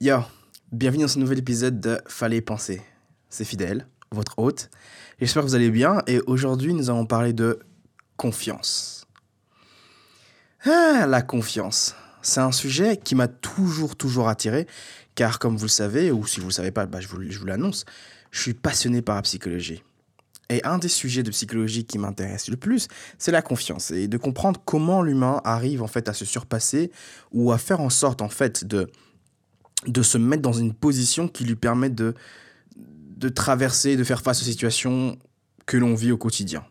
Yo, bienvenue dans ce nouvel épisode de Fallait y penser. C'est Fidèle, votre hôte. J'espère que vous allez bien et aujourd'hui nous allons parler de confiance. La confiance. C'est un sujet qui m'a toujours attiré car comme vous le savez, ou si vous ne le savez pas, je vous l'annonce, je suis passionné par la psychologie. Et un des sujets de psychologie qui m'intéresse le plus, c'est la confiance et de comprendre comment l'humain arrive en fait à se surpasser ou à faire en sorte en fait de se mettre dans une position qui lui permet de traverser, de faire face aux situations que l'on vit au quotidien.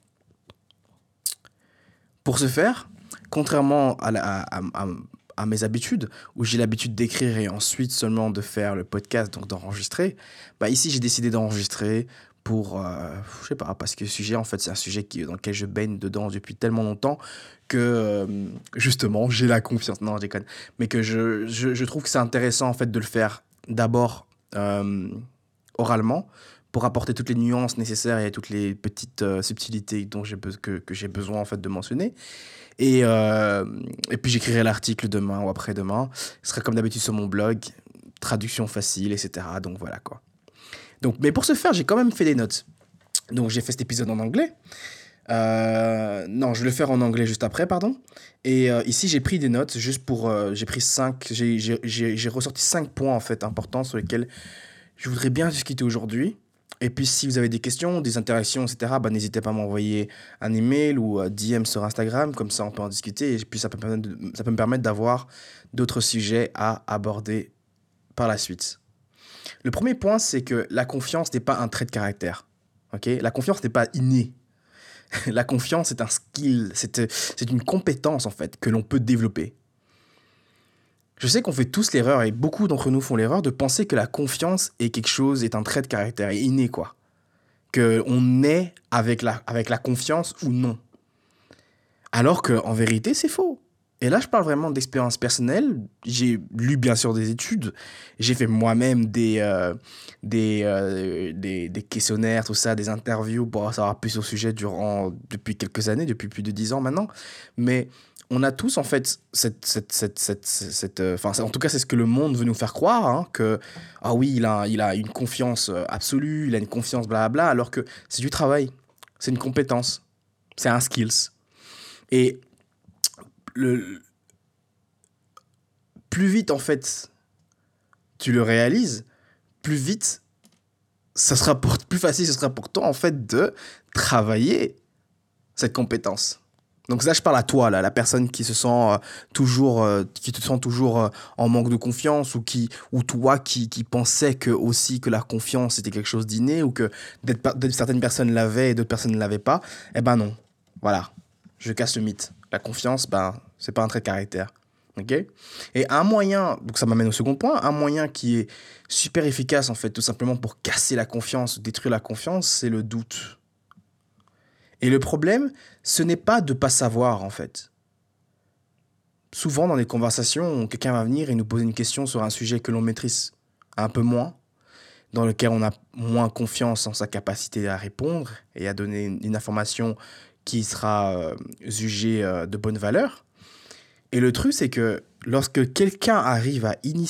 Pour ce faire, contrairement à mes habitudes, où j'ai l'habitude d'écrire et ensuite seulement de faire le podcast, donc d'enregistrer, ici j'ai décidé d'enregistrer pour, je sais pas, parce que le sujet, en fait, c'est un sujet dans lequel je baigne dedans depuis tellement longtemps que, justement, j'ai la confiance. Non, je déconne. Mais que je trouve que c'est intéressant, en fait, de le faire d'abord oralement pour apporter toutes les nuances nécessaires et toutes les petites subtilités dont que j'ai besoin, en fait, de mentionner. Et puis j'écrirai l'article demain ou après-demain. Ce sera comme d'habitude sur mon blog, traduction facile, etc. Donc voilà quoi. Donc, mais pour ce faire, j'ai quand même fait des notes. Donc j'ai fait cet épisode en anglais. Non, je vais le faire en anglais juste après, pardon. Et ici, j'ai pris des notes juste pour... j'ai pris 5... J'ai ressorti 5 points en fait importants sur lesquels je voudrais bien discuter aujourd'hui. Et puis, si vous avez des questions, des interactions, etc., n'hésitez pas à m'envoyer un email ou DM sur Instagram. Comme ça, on peut en discuter. Et puis, ça peut me permettre d'avoir d'autres sujets à aborder par la suite. Le premier point, c'est que la confiance n'est pas un trait de caractère. Okay, la confiance n'est pas innée. La confiance est un skill. C'est une compétence, en fait, que l'on peut développer. Je sais qu'on fait tous l'erreur, et beaucoup d'entre nous font l'erreur, de penser que la confiance est quelque chose, est un trait de caractère, est inné, quoi. Qu'on est avec la confiance ou non. Alors qu'en vérité, c'est faux. Et là, je parle vraiment d'expérience personnelle. J'ai lu, bien sûr, des études. J'ai fait moi-même des questionnaires, tout ça, des interviews pour en savoir plus au sujet depuis quelques années, depuis plus de 10 ans maintenant. Mais on a tous, en fait, en tout cas, c'est ce que le monde veut nous faire croire, hein, que, ah oui, il a une confiance absolue, il a une confiance blabla, alors que c'est du travail, c'est une compétence, c'est un skills. Et le, plus vite, en fait, tu le réalises, plus vite, plus facile ce sera pour toi, en fait, de travailler cette compétence. Donc là, je parle à toi, là, la personne qui se sent qui te sent toujours en manque de confiance ou toi qui pensais que la confiance était quelque chose d'inné ou que certaines personnes l'avaient et d'autres personnes ne l'avaient pas. Eh ben non. Voilà. Je casse le mythe. La confiance, c'est pas un trait de caractère. Ok ? Et un moyen, donc ça m'amène au second point, un moyen qui est super efficace, en fait, tout simplement pour casser la confiance, détruire la confiance, c'est le doute. Et le problème, ce n'est pas de ne pas savoir, en fait. Souvent, dans des conversations, quelqu'un va venir et nous poser une question sur un sujet que l'on maîtrise un peu moins, dans lequel on a moins confiance en sa capacité à répondre et à donner une information qui sera jugée de bonne valeur. Et le truc, c'est que lorsque quelqu'un arrive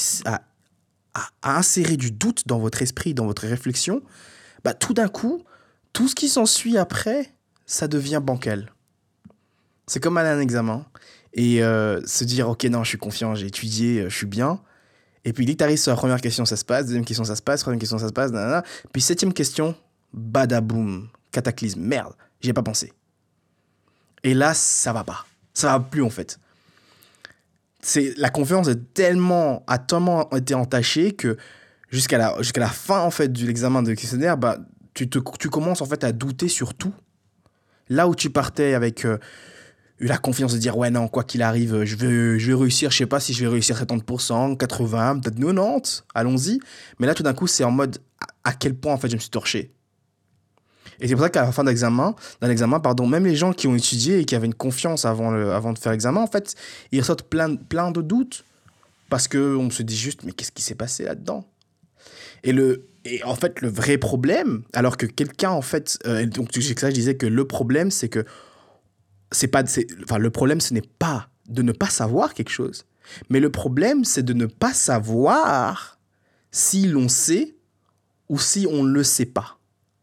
à insérer du doute dans votre esprit, dans votre réflexion, tout d'un coup, tout ce qui s'ensuit après, ça devient bancal. C'est comme aller à un examen et se dire « Ok, non, je suis confiant, j'ai étudié, je suis bien. » Et puis, dès que tu arrives sur la première question, ça se passe. Deuxième question, ça se passe. Troisième question, ça se passe. Nanana. Puis, septième question, badaboum, cataclysme. Merde, j'y ai pas pensé. Et là, ça va pas. Ça va plus, en fait. La confiance a tellement été entachée que jusqu'à la fin, en fait, de l'examen de questionnaire, tu commences, en fait, à douter sur tout. Là où tu partais avec la confiance de dire, ouais, non, quoi qu'il arrive, je vais réussir, je sais pas si je vais réussir 70%, 80%, peut-être 90%, allons-y. Mais là, tout d'un coup, c'est en mode, à quel point, en fait, je me suis torché. Et c'est pour ça qu'à la fin d'un examen, même les gens qui ont étudié et qui avaient une confiance avant de faire l'examen, en fait, ils ressortent plein de doutes. Parce qu'on se dit juste, mais qu'est-ce qui s'est passé là-dedans ? Et en fait, le vrai problème, alors que quelqu'un, en fait... donc, c'est ça, je disais que le problème, c'est que... le problème, ce n'est pas de ne pas savoir quelque chose. Mais le problème, c'est de ne pas savoir si l'on sait ou si on ne le sait pas.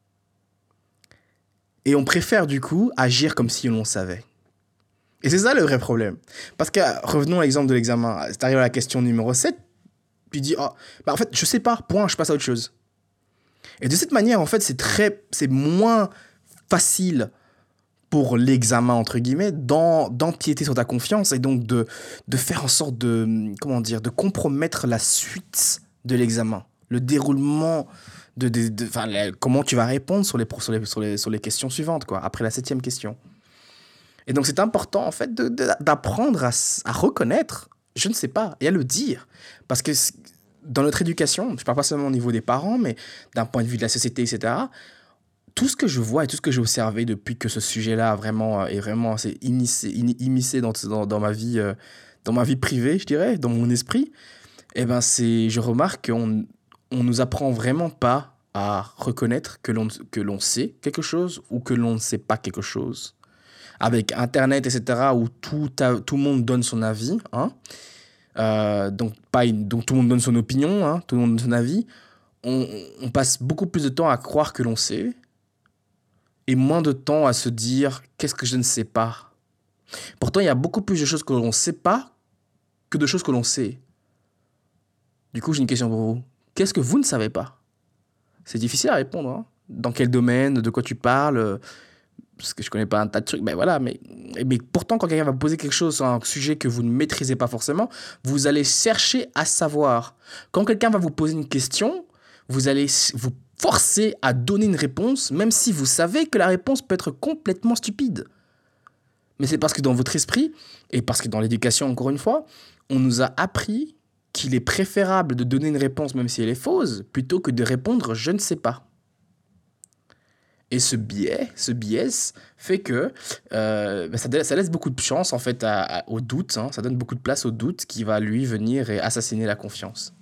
Et on préfère du coup agir comme si l'on savait. Et c'est ça le vrai problème. Parce que, revenons à l'exemple de l'examen. Tu arrives à la question numéro 7, tu dis, oh, en fait, je sais pas, point, je passe à autre chose. Et de cette manière, en fait, c'est moins facile pour l'examen, entre guillemets, d'empiéter sur ta confiance et donc de faire en sorte de compromettre la suite de l'examen, le déroulement comment tu vas répondre sur les questions suivantes, quoi, après la 7e question. Et donc, c'est important, en fait, d'apprendre à reconnaître, je ne sais pas, et à le dire. Parce que dans notre éducation, je ne parle pas seulement au niveau des parents, mais d'un point de vue de la société, etc., tout ce que je vois et tout ce que j'ai observé depuis que ce sujet-là s'est immiscé dans ma vie privée, je dirais, dans mon esprit, je remarque qu'on nous apprend vraiment pas à reconnaître que l'on sait quelque chose ou que l'on ne sait pas quelque chose. Avec Internet, etc., où tout le monde donne son avis, hein, donc tout le monde donne son opinion, hein, tout le monde donne son avis, on passe beaucoup plus de temps à croire que l'on sait et moins de temps à se dire qu'est-ce que je ne sais pas. Pourtant, il y a beaucoup plus de choses que l'on ne sait pas que de choses que l'on sait. Du coup, j'ai une question pour vous. Qu'est-ce que vous ne savez pas? C'est difficile à répondre. Hein. Dans quel domaine? De quoi tu parles? Parce que je connais pas un tas de trucs. Mais pourtant, quand quelqu'un va poser quelque chose sur un sujet que vous ne maîtrisez pas forcément, vous allez chercher à savoir. Quand quelqu'un va vous poser une question, vous allez vous forcer à donner une réponse, même si vous savez que la réponse peut être complètement stupide. Mais c'est parce que dans votre esprit, et parce que dans l'éducation, encore une fois, on nous a appris qu'il est préférable de donner une réponse, même si elle est fausse, plutôt que de répondre « je ne sais pas ». Et ce biais fait que ça laisse beaucoup de chance en fait au doute, hein, ça donne beaucoup de place au doute qui va lui venir et assassiner la confiance.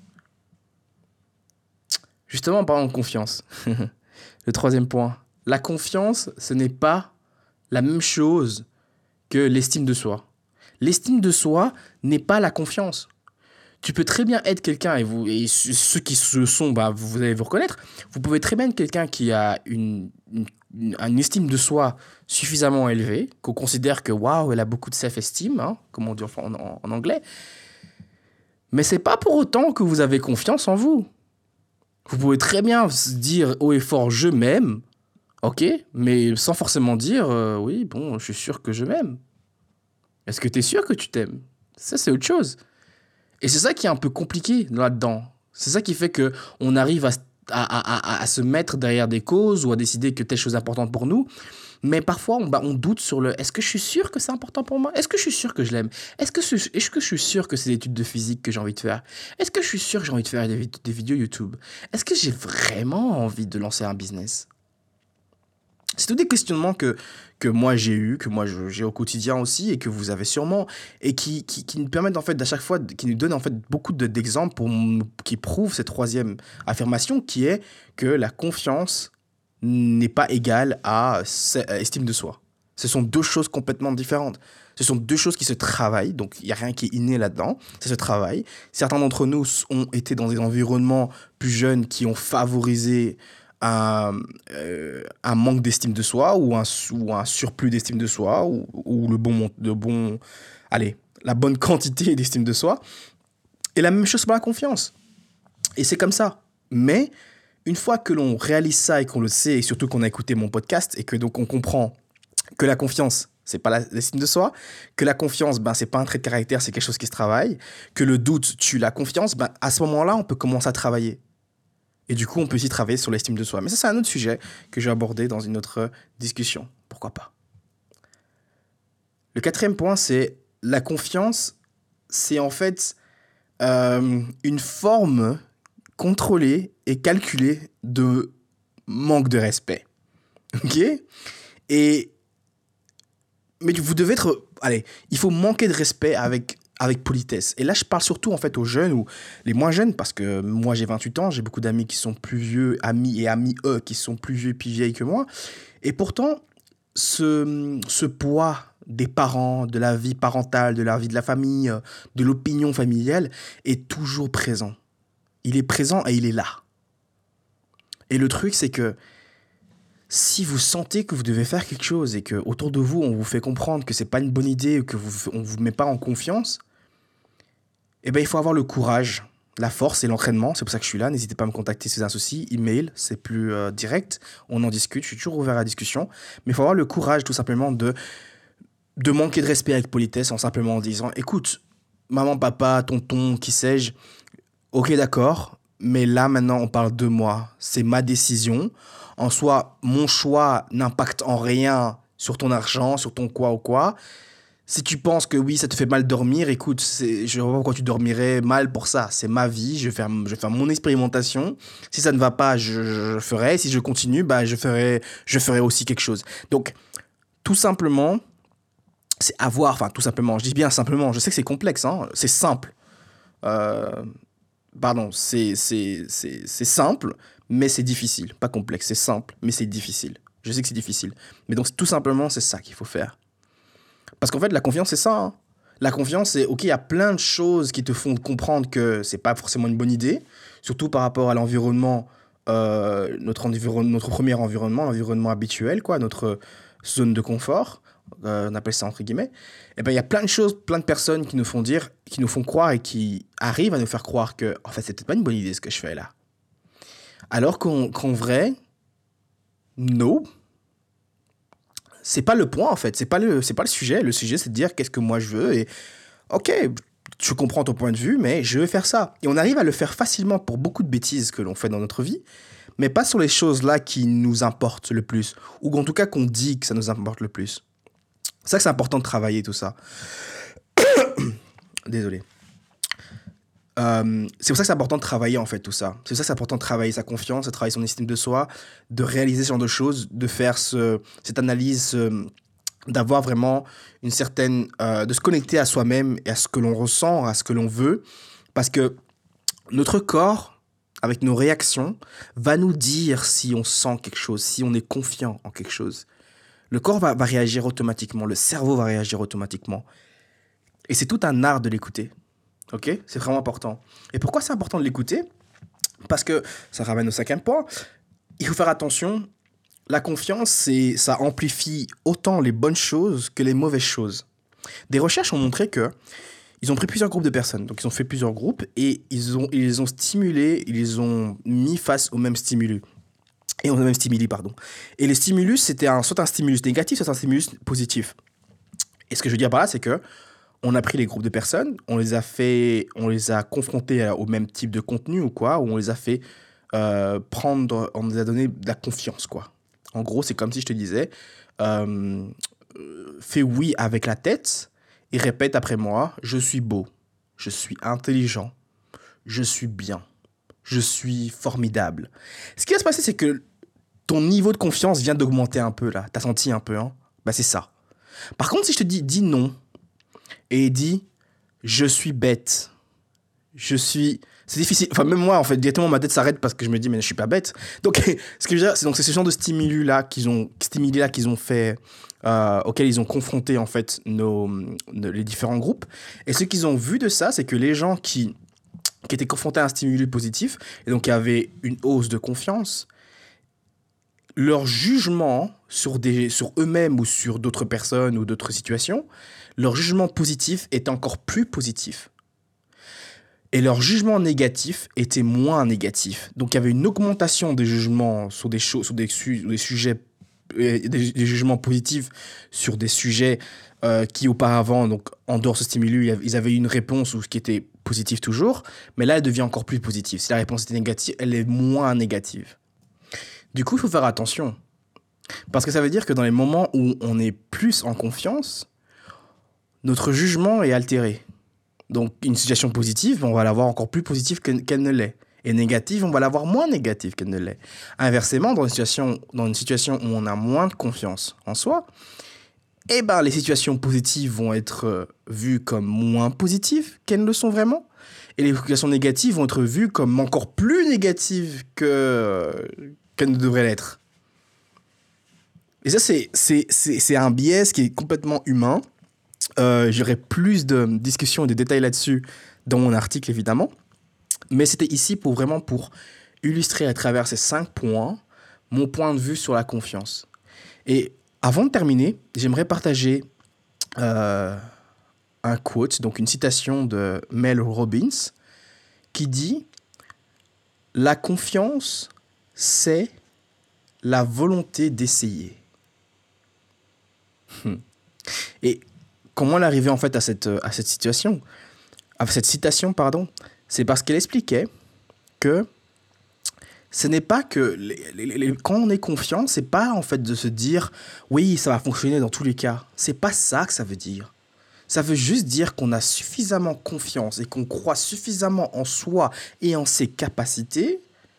Justement, en parlant de confiance, le 3e point, la confiance, ce n'est pas la même chose que l'estime de soi. L'estime de soi n'est pas la confiance. Tu peux très bien être quelqu'un, et ceux qui se sont, vous allez vous reconnaître, vous pouvez très bien être quelqu'un qui a une estime de soi suffisamment élevée, qu'on considère que waouh, elle a beaucoup de self-esteem, hein, comme on dit en anglais, mais c'est pas pour autant que vous avez confiance en vous. Vous pouvez très bien se dire haut et fort je m'aime, ok, mais sans forcément dire oui, bon, je suis sûr que je m'aime. Est-ce que tu es sûr que tu t'aimes? Ça, c'est autre chose. Et c'est ça qui est un peu compliqué là-dedans. C'est ça qui fait qu'on arrive à se mettre derrière des causes ou à décider que telle chose est importante pour nous. Mais parfois, on doute sur est-ce que je suis sûr que c'est important pour moi? Est-ce que je suis sûr que je l'aime? Est-ce que je suis sûr que c'est des études de physique que j'ai envie de faire? Est-ce que je suis sûr que j'ai envie de faire des vidéos YouTube? Est-ce que j'ai vraiment envie de lancer un business? C'est tous des questionnements que moi j'ai eu, que moi j'ai au quotidien aussi et que vous avez sûrement et qui nous permettent en fait à chaque fois, qui nous donnent en fait beaucoup d'exemples qui prouvent cette 3e affirmation qui est que la confiance n'est pas égale à estime de soi. Ce sont 2 choses complètement différentes. Ce sont 2 choses qui se travaillent, donc il n'y a rien qui est inné là-dedans, ça se travaille. Certains d'entre nous ont été dans des environnements plus jeunes qui ont favorisé un manque d'estime de soi ou un surplus d'estime de soi ou la bonne quantité d'estime de soi. Et la même chose pour la confiance. Et c'est comme ça. Mais une fois que l'on réalise ça et qu'on le sait, et surtout qu'on a écouté mon podcast et que donc on comprend que la confiance, c'est pas l'estime de soi, que la confiance, c'est pas un trait de caractère, c'est quelque chose qui se travaille, que le doute tue la confiance, à ce moment-là, on peut commencer à travailler. Et du coup, on peut aussi travailler sur l'estime de soi. Mais ça, c'est un autre sujet que je vais aborder dans une autre discussion. Pourquoi pas? Le 4e point, c'est la confiance, c'est en fait une forme contrôlée et calculée de manque de respect. Ok? Mais vous devez être... Allez, il faut manquer de respect avec politesse. Et là, je parle surtout en fait aux jeunes ou les moins jeunes, parce que moi j'ai 28 ans, j'ai beaucoup d'amis qui sont plus vieux, amis qui sont plus vieux et plus vieilles que moi. Et pourtant, ce poids des parents, de la vie parentale, de la vie de la famille, de l'opinion familiale est toujours présent. Il est présent et il est là. Et le truc, c'est que si vous sentez que vous devez faire quelque chose et que autour de vous, on vous fait comprendre que c'est pas une bonne idée ou que on vous met pas en confiance, eh ben, il faut avoir le courage, la force et l'entraînement. C'est pour ça que je suis là. N'hésitez pas à me contacter si vous avez un souci. Email, c'est plus direct. On en discute. Je suis toujours ouvert à la discussion. Mais il faut avoir le courage, tout simplement, de manquer de respect avec politesse en simplement en disant, écoute, maman, papa, tonton, qui sais-je, ok, d'accord, mais là, maintenant, on parle de moi. C'est ma décision. En soi, mon choix n'impacte en rien sur ton argent, sur ton quoi ou quoi. Si tu penses que oui, ça te fait mal dormir, écoute, je vois pas pourquoi tu dormirais mal pour ça. C'est ma vie, je vais faire mon expérimentation. Si ça ne va pas, je ferai. Si je continue, bah, je ferai aussi quelque chose. Donc, tout simplement, c'est avoir, enfin, tout simplement, je dis bien simplement, je sais que c'est complexe, hein, c'est simple. Euh, Pardon, c'est simple, mais c'est difficile. Pas complexe, c'est simple, mais c'est difficile. Je sais que c'est difficile. Mais donc, tout simplement, c'est ça qu'il faut faire. Parce qu'en fait, la confiance, c'est ça, hein. La confiance, c'est, ok, il y a plein de choses qui te font comprendre que c'est pas forcément une bonne idée, surtout par rapport à l'environnement, notre premier environnement, l'environnement habituel, quoi, notre zone de confort, on appelle ça entre guillemets. Et ben, il y a plein de choses, plein de personnes qui nous font dire, qui nous font croire et qui arrivent à nous faire croire que, en fait, c'est peut-être pas une bonne idée ce que je fais là. Alors qu'en vrai, non, c'est pas le point en fait, c'est pas le sujet. Le sujet, c'est de dire qu'est-ce que moi je veux et ok, je comprends ton point de vue, mais je vais faire ça. Et on arrive à le faire facilement pour beaucoup de bêtises que l'on fait dans notre vie, mais pas sur les choses là qui nous importent le plus, ou en tout cas qu'on dit que ça nous importe le plus. C'est ça que c'est important de travailler tout ça. Désolé. C'est pour ça que c'est important de travailler en fait tout ça. C'est pour ça que c'est important de travailler sa confiance, de travailler son estime de soi, de réaliser ce genre de choses, de faire cette analyse, d'avoir vraiment une certaine, de se connecter à soi-même et à ce que l'on ressent, à ce que l'on veut, parce que notre corps, avec nos réactions, va nous dire si on sent quelque chose, si on est confiant en quelque chose. Le corps va réagir automatiquement, le cerveau va réagir automatiquement. Et c'est tout un art de l'écouter. Ok? C'est vraiment important. Et pourquoi c'est important de l'écouter? Parce que ça ramène au cinquième point. Il faut faire attention. La confiance, ça amplifie autant les bonnes choses que les mauvaises choses. Des recherches ont montré que ils ont pris plusieurs groupes de personnes. Donc, ils ont fait plusieurs groupes et ils les ont stimulés, ils les ont mis face au même stimulus. Et au même stimuli, pardon. Et les stimulus, c'était soit un stimulus négatif, soit un stimulus positif. Et ce que je veux dire par là, c'est que on a pris les groupes de personnes, on les a confrontés au même type de contenu ou quoi, ou on les a fait on nous a donné de la confiance, quoi. En gros, c'est comme si je te disais, euh, fais oui avec la tête et répète après moi, je suis beau, je suis intelligent, je suis bien, je suis formidable. Ce qui va se passer, c'est que ton niveau de confiance vient d'augmenter un peu là. T'as senti un peu, hein? Bah c'est ça. Par contre, si je te dis non, et dit je suis bête. C'est difficile. Enfin, même moi, en fait, directement, ma tête s'arrête parce que je me dis, mais je suis pas bête. Donc, ce que je veux dire, c'est ce genre de stimuli-là qu'ils ont fait, auxquels ils ont confronté, en fait, les différents groupes. Et ce qu'ils ont vu de ça, c'est que les gens qui étaient confrontés à un stimulus positif, et donc qui avaient une hausse de confiance, leur jugement sur eux-mêmes ou sur d'autres personnes ou d'autres situations, leur jugement positif était encore plus positif. Et leur jugement négatif était moins négatif. Donc il y avait une augmentation des jugements sur des choses, sur des sujets, des jugements positifs sur des sujets qui auparavant, donc en dehors de ce stimulus, ils avaient une réponse qui était positive toujours, mais là elle devient encore plus positive. Si la réponse était négative, elle est moins négative. Du coup, il faut faire attention. Parce que ça veut dire que dans les moments où on est plus en confiance, notre jugement est altéré. Donc, une situation positive, on va l'avoir encore plus positive qu'elle ne l'est. Et négative, on va l'avoir moins négative qu'elle ne l'est. Inversement, dans une situation où on a moins de confiance en soi, eh ben, les situations positives vont être vues comme moins positives qu'elles ne le sont vraiment. Et les situations négatives vont être vues comme encore plus négatives qu'elles ne devraient l'être. Et ça, c'est un biais qui est complètement humain. J'aurai plus de discussions et de détails là-dessus dans mon article, évidemment. Mais c'était ici pour illustrer à travers ces 5 points mon point de vue sur la confiance. Et avant de terminer, j'aimerais partager un quote, donc une citation de Mel Robbins, qui dit « La confiance, c'est la volonté d'essayer. » Et comment elle est arrivée en fait à cette situation, à cette citation, pardon, c'est parce qu'elle expliquait que ce n'est pas que quand on est confiant, c'est pas en fait de se dire oui, ça va fonctionner dans tous les cas. C'est pas ça que ça veut dire. Ça veut juste dire qu'on a suffisamment confiance et qu'on croit suffisamment en soi et en ses capacités.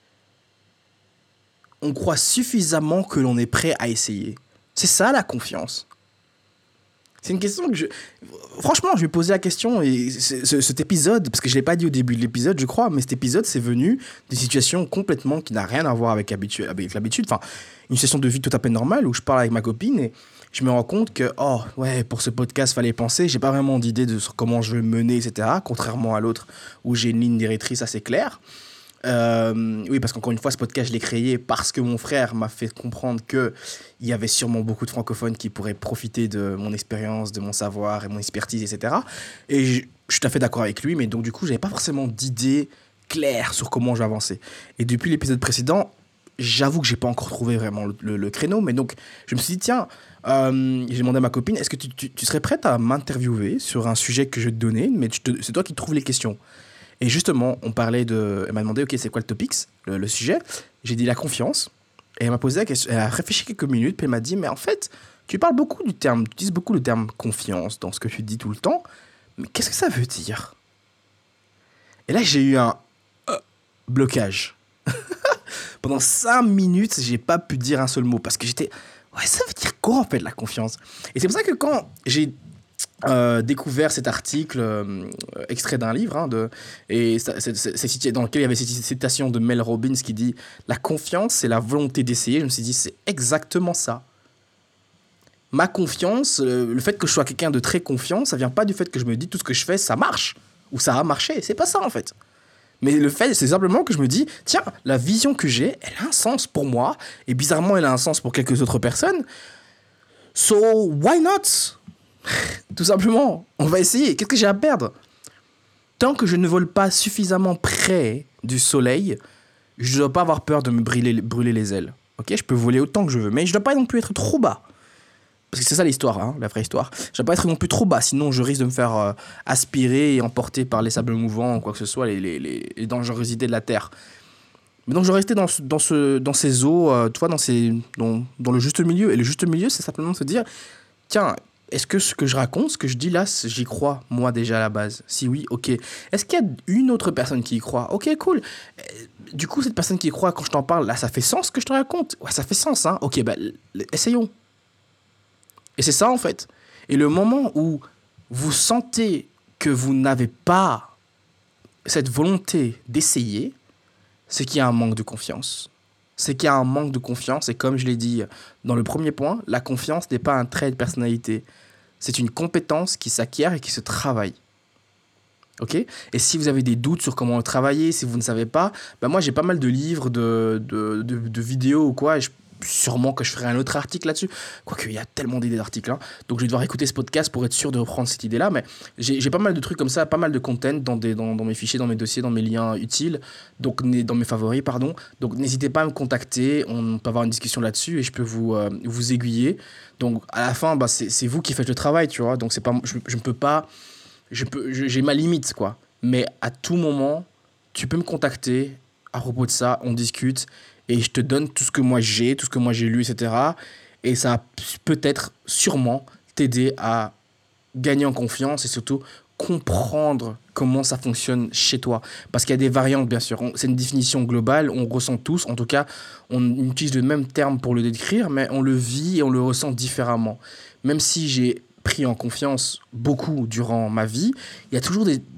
On croit suffisamment que l'on est prêt à essayer. C'est ça la confiance. C'est une question que franchement, je vais poser la question et cet épisode, parce que je ne l'ai pas dit au début de l'épisode, je crois, mais cet épisode, c'est venu des situations complètement qui n'a rien à voir avec l'habitude. Enfin, une situation de vie tout à fait normale où je parle avec ma copine et je me rends compte que, oh, ouais, pour ce podcast, fallait penser, j'ai pas vraiment d'idée sur comment je vais le mener, etc. Contrairement à l'autre où j'ai une ligne directrice assez claire. Oui, parce qu'encore une fois, ce podcast, je l'ai créé parce que mon frère m'a fait comprendre qu'il y avait sûrement beaucoup de francophones qui pourraient profiter de mon expérience, de mon savoir et mon expertise, etc. Et je suis tout à fait d'accord avec lui, mais donc du coup, j'avais pas forcément d'idée claire sur comment je vais avancer. Et depuis l'épisode précédent, j'avoue que j'ai pas encore trouvé vraiment le créneau, mais donc je me suis dit, tiens, j'ai demandé à ma copine, est-ce que tu serais prête à m'interviewer sur un sujet que je vais te donner, mais c'est toi qui trouves les questions. Et justement, on parlait de... Elle m'a demandé, ok, c'est quoi le topics, le sujet. J'ai dit la confiance. Et elle m'a posé la question, elle a réfléchi quelques minutes, puis elle m'a dit, mais en fait, tu utilises beaucoup le terme confiance dans ce que tu dis tout le temps, mais qu'est-ce que ça veut dire? Et là, j'ai eu un blocage. Pendant 5 minutes, j'ai pas pu dire un seul mot, parce que j'étais... Ouais, ça veut dire quoi, en fait, la confiance? Et c'est pour ça que quand j'ai découvert cet article extrait d'un livre dans lequel il y avait cette citation de Mel Robbins qui dit « La confiance, c'est la volonté d'essayer », je me suis dit « C'est exactement ça ». Ma confiance, le fait que je sois quelqu'un de très confiant, ça vient pas du fait que je me dis tout ce que je fais, ça marche, ou ça a marché, c'est pas ça en fait. Mais le fait, c'est simplement que je me dis, tiens, la vision que j'ai, elle a un sens pour moi, et bizarrement, elle a un sens pour quelques autres personnes. So, why not? Tout simplement, on va essayer. Qu'est-ce que j'ai à perdre? Tant que je ne vole pas suffisamment près du soleil, je ne dois pas avoir peur de me brûler les ailes. Ok, je peux voler autant que je veux, mais je ne dois pas non plus être trop bas. Parce que c'est ça l'histoire, hein, la vraie histoire. Je ne dois pas être non plus trop bas, sinon je risque de me faire aspirer et emporter par les sables mouvants, ou quoi que ce soit, les dangerosités de la Terre. Mais donc je restais dans ces eaux, tu vois, dans le juste milieu. Et le juste milieu, c'est simplement se dire, tiens, est-ce que ce que je raconte, ce que je dis là, j'y crois, moi, déjà, à la base? Si oui, ok. Est-ce qu'il y a une autre personne qui y croit? Ok, cool. Du coup, cette personne qui y croit, quand je t'en parle, là, ça fait sens ce que je te raconte? Ouais, ça fait sens, hein. Ok, bah, essayons. Et c'est ça, en fait. Et le moment où vous sentez que vous n'avez pas cette volonté d'essayer, c'est qu'il y a un manque de confiance. C'est qu'il y a un manque de confiance, et comme je l'ai dit dans le premier point, la confiance n'est pas un trait de personnalité. C'est une compétence qui s'acquiert et qui se travaille. Ok? Et si vous avez des doutes sur comment le travailler, si vous ne savez pas, ben moi j'ai pas mal de livres, de vidéos ou quoi, et sûrement que je ferai un autre article là-dessus. Quoique, il y a tellement d'idées d'articles. Hein. Donc, je vais devoir écouter ce podcast pour être sûr de reprendre cette idée-là. Mais j'ai pas mal de trucs comme ça, pas mal de content dans mes fichiers, dans mes dossiers, dans mes liens utiles. Donc, dans mes favoris, pardon. Donc, n'hésitez pas à me contacter. On peut avoir une discussion là-dessus et je peux vous aiguiller. Donc, à la fin, bah, c'est vous qui faites le travail, tu vois. Donc, c'est pas, je ne peux pas... j'ai ma limite, quoi. Mais à tout moment, tu peux me contacter à propos de ça. On discute. Et je te donne tout ce que moi j'ai, tout ce que moi j'ai lu, etc. Et ça va peut-être, sûrement, t'aider à gagner en confiance et surtout comprendre comment ça fonctionne chez toi. Parce qu'il y a des variantes, bien sûr. C'est une définition globale, on ressent tous. En tout cas, on utilise le même terme pour le décrire, mais on le vit et on le ressent différemment. Même si j'ai pris en confiance beaucoup durant ma vie, il y a toujours des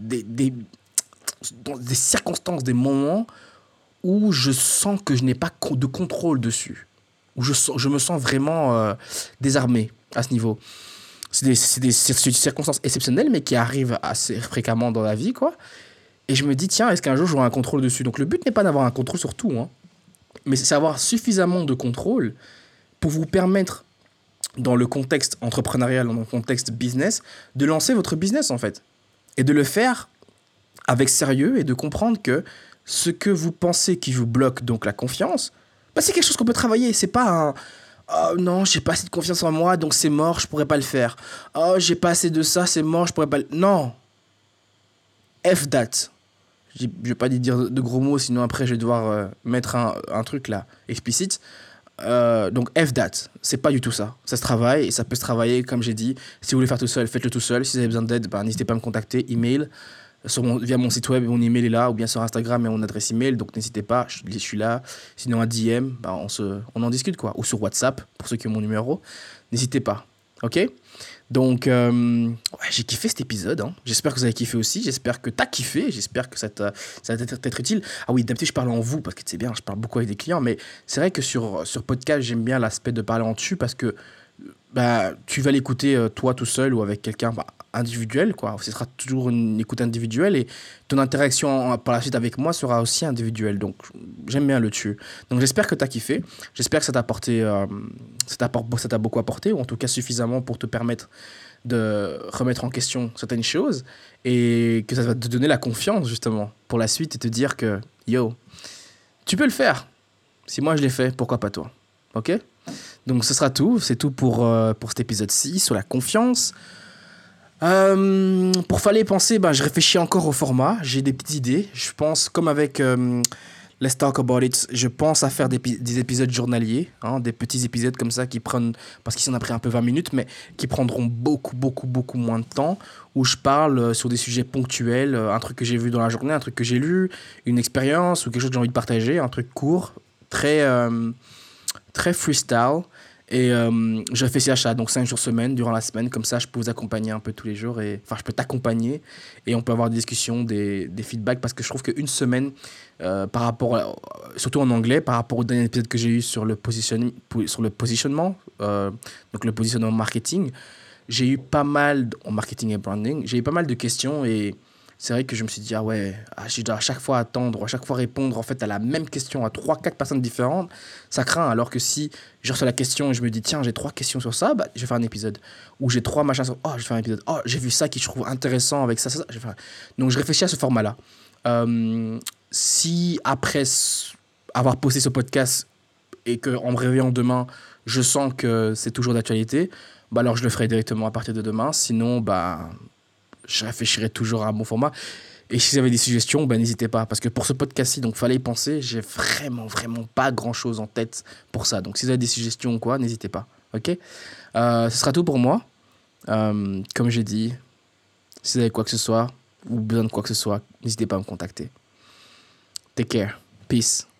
circonstances, des moments où je sens que je n'ai pas de contrôle dessus. où je me sens vraiment désarmé à ce niveau. C'est des circonstances exceptionnelles, mais qui arrivent assez fréquemment dans la vie, quoi. Et je me dis, tiens, est-ce qu'un jour j'aurai un contrôle dessus? Donc le but n'est pas d'avoir un contrôle sur tout, hein, mais c'est avoir suffisamment de contrôle pour vous permettre, dans le contexte entrepreneurial, dans le contexte business, de lancer votre business, en fait. Et de le faire avec sérieux et de comprendre que ce que vous pensez qui vous bloque, donc la confiance, bah, c'est quelque chose qu'on peut travailler. C'est pas un oh non, j'ai pas assez de confiance en moi, donc c'est mort, je pourrais pas le faire. Oh, j'ai pas assez de ça, c'est mort, je pourrais pas le... Non, F that. Je vais pas dire de gros mots, sinon après je vais devoir mettre un truc là, explicite. Donc F that, c'est pas du tout ça. Ça se travaille et ça peut se travailler, comme j'ai dit. Si vous voulez faire tout seul, faites-le tout seul. Si vous avez besoin d'aide, bah, n'hésitez pas à me contacter, email. Via mon site web, mon email est là, ou bien sur Instagram et mon adresse email, donc n'hésitez pas, je suis là. Sinon, un DM, bah, on en discute, quoi. Ou sur WhatsApp, pour ceux qui ont mon numéro, n'hésitez pas. Ok? Donc, ouais, j'ai kiffé cet épisode, hein. J'espère que vous avez kiffé aussi, j'espère que t'as kiffé, j'espère que ça va t'être utile. Ah oui, d'habitude, je parle en vous, parce que c'est bien, je parle beaucoup avec des clients, mais c'est vrai que sur podcast, j'aime bien l'aspect de parler en dessus, parce que bah, tu vas l'écouter toi tout seul ou avec quelqu'un bah, individuel, quoi. Ce sera toujours une écoute individuelle et ton interaction par la suite avec moi sera aussi individuelle. Donc, j'aime bien le dessus. Donc, j'espère que tu as kiffé. J'espère que ça t'a apporté, ça t'a beaucoup apporté, ou en tout cas suffisamment pour te permettre de remettre en question certaines choses et que ça va te donner la confiance, justement, pour la suite et te dire que, yo, tu peux le faire. Si moi je l'ai fait, pourquoi pas toi? Ok? Donc ce sera tout, c'est tout pour cet épisode-ci sur la confiance. Pour Fallait penser, ben, je réfléchis encore au format, j'ai des petites idées. Je pense, comme avec Let's Talk About It, je pense à faire des épisodes journaliers, hein, des petits épisodes comme ça qui prennent, parce qu'ils en ont pris un peu 20 minutes, mais qui prendront beaucoup, beaucoup, beaucoup moins de temps, où je parle sur des sujets ponctuels, un truc que j'ai vu dans la journée, un truc que j'ai lu, une expérience ou quelque chose que j'ai envie de partager, un truc court, très freestyle. Et je fais ces achats, donc 5 jours semaine, durant la semaine. Comme ça, je peux vous accompagner un peu tous les jours. Enfin, je peux t'accompagner et on peut avoir des discussions, des feedbacks. Parce que je trouve qu'une semaine, surtout en anglais, par rapport au dernier épisode que j'ai eu sur le positionnement, donc le positionnement marketing, j'ai eu pas mal, en marketing et branding, j'ai eu pas mal de questions et c'est vrai que je me suis dit, ah ouais, je dois à chaque fois attendre, à chaque fois répondre en fait à la même question à trois quatre personnes différentes, ça craint. Alors que si je reçois la question et je me dis, tiens, j'ai 3 questions sur ça, bah, je vais faire un épisode. Ou j'ai 3 machins sur, oh, je vais faire un épisode. Oh, j'ai vu ça qui je trouve intéressant avec ça, ça, ça. Donc je réfléchis à ce format-là. Si après avoir posté ce podcast et qu'en me réveillant demain, je sens que c'est toujours d'actualité, bah alors je le ferai directement à partir de demain. Sinon, bah je réfléchirai toujours à un bon format. Et si vous avez des suggestions, ben, n'hésitez pas. Parce que pour ce podcast-ci, donc fallait y penser, j'ai vraiment, vraiment pas grand-chose en tête pour ça. Donc si vous avez des suggestions ou quoi, n'hésitez pas. Ok? Ce sera tout pour moi. Comme j'ai dit, si vous avez quoi que ce soit, ou besoin de quoi que ce soit, n'hésitez pas à me contacter. Take care. Peace.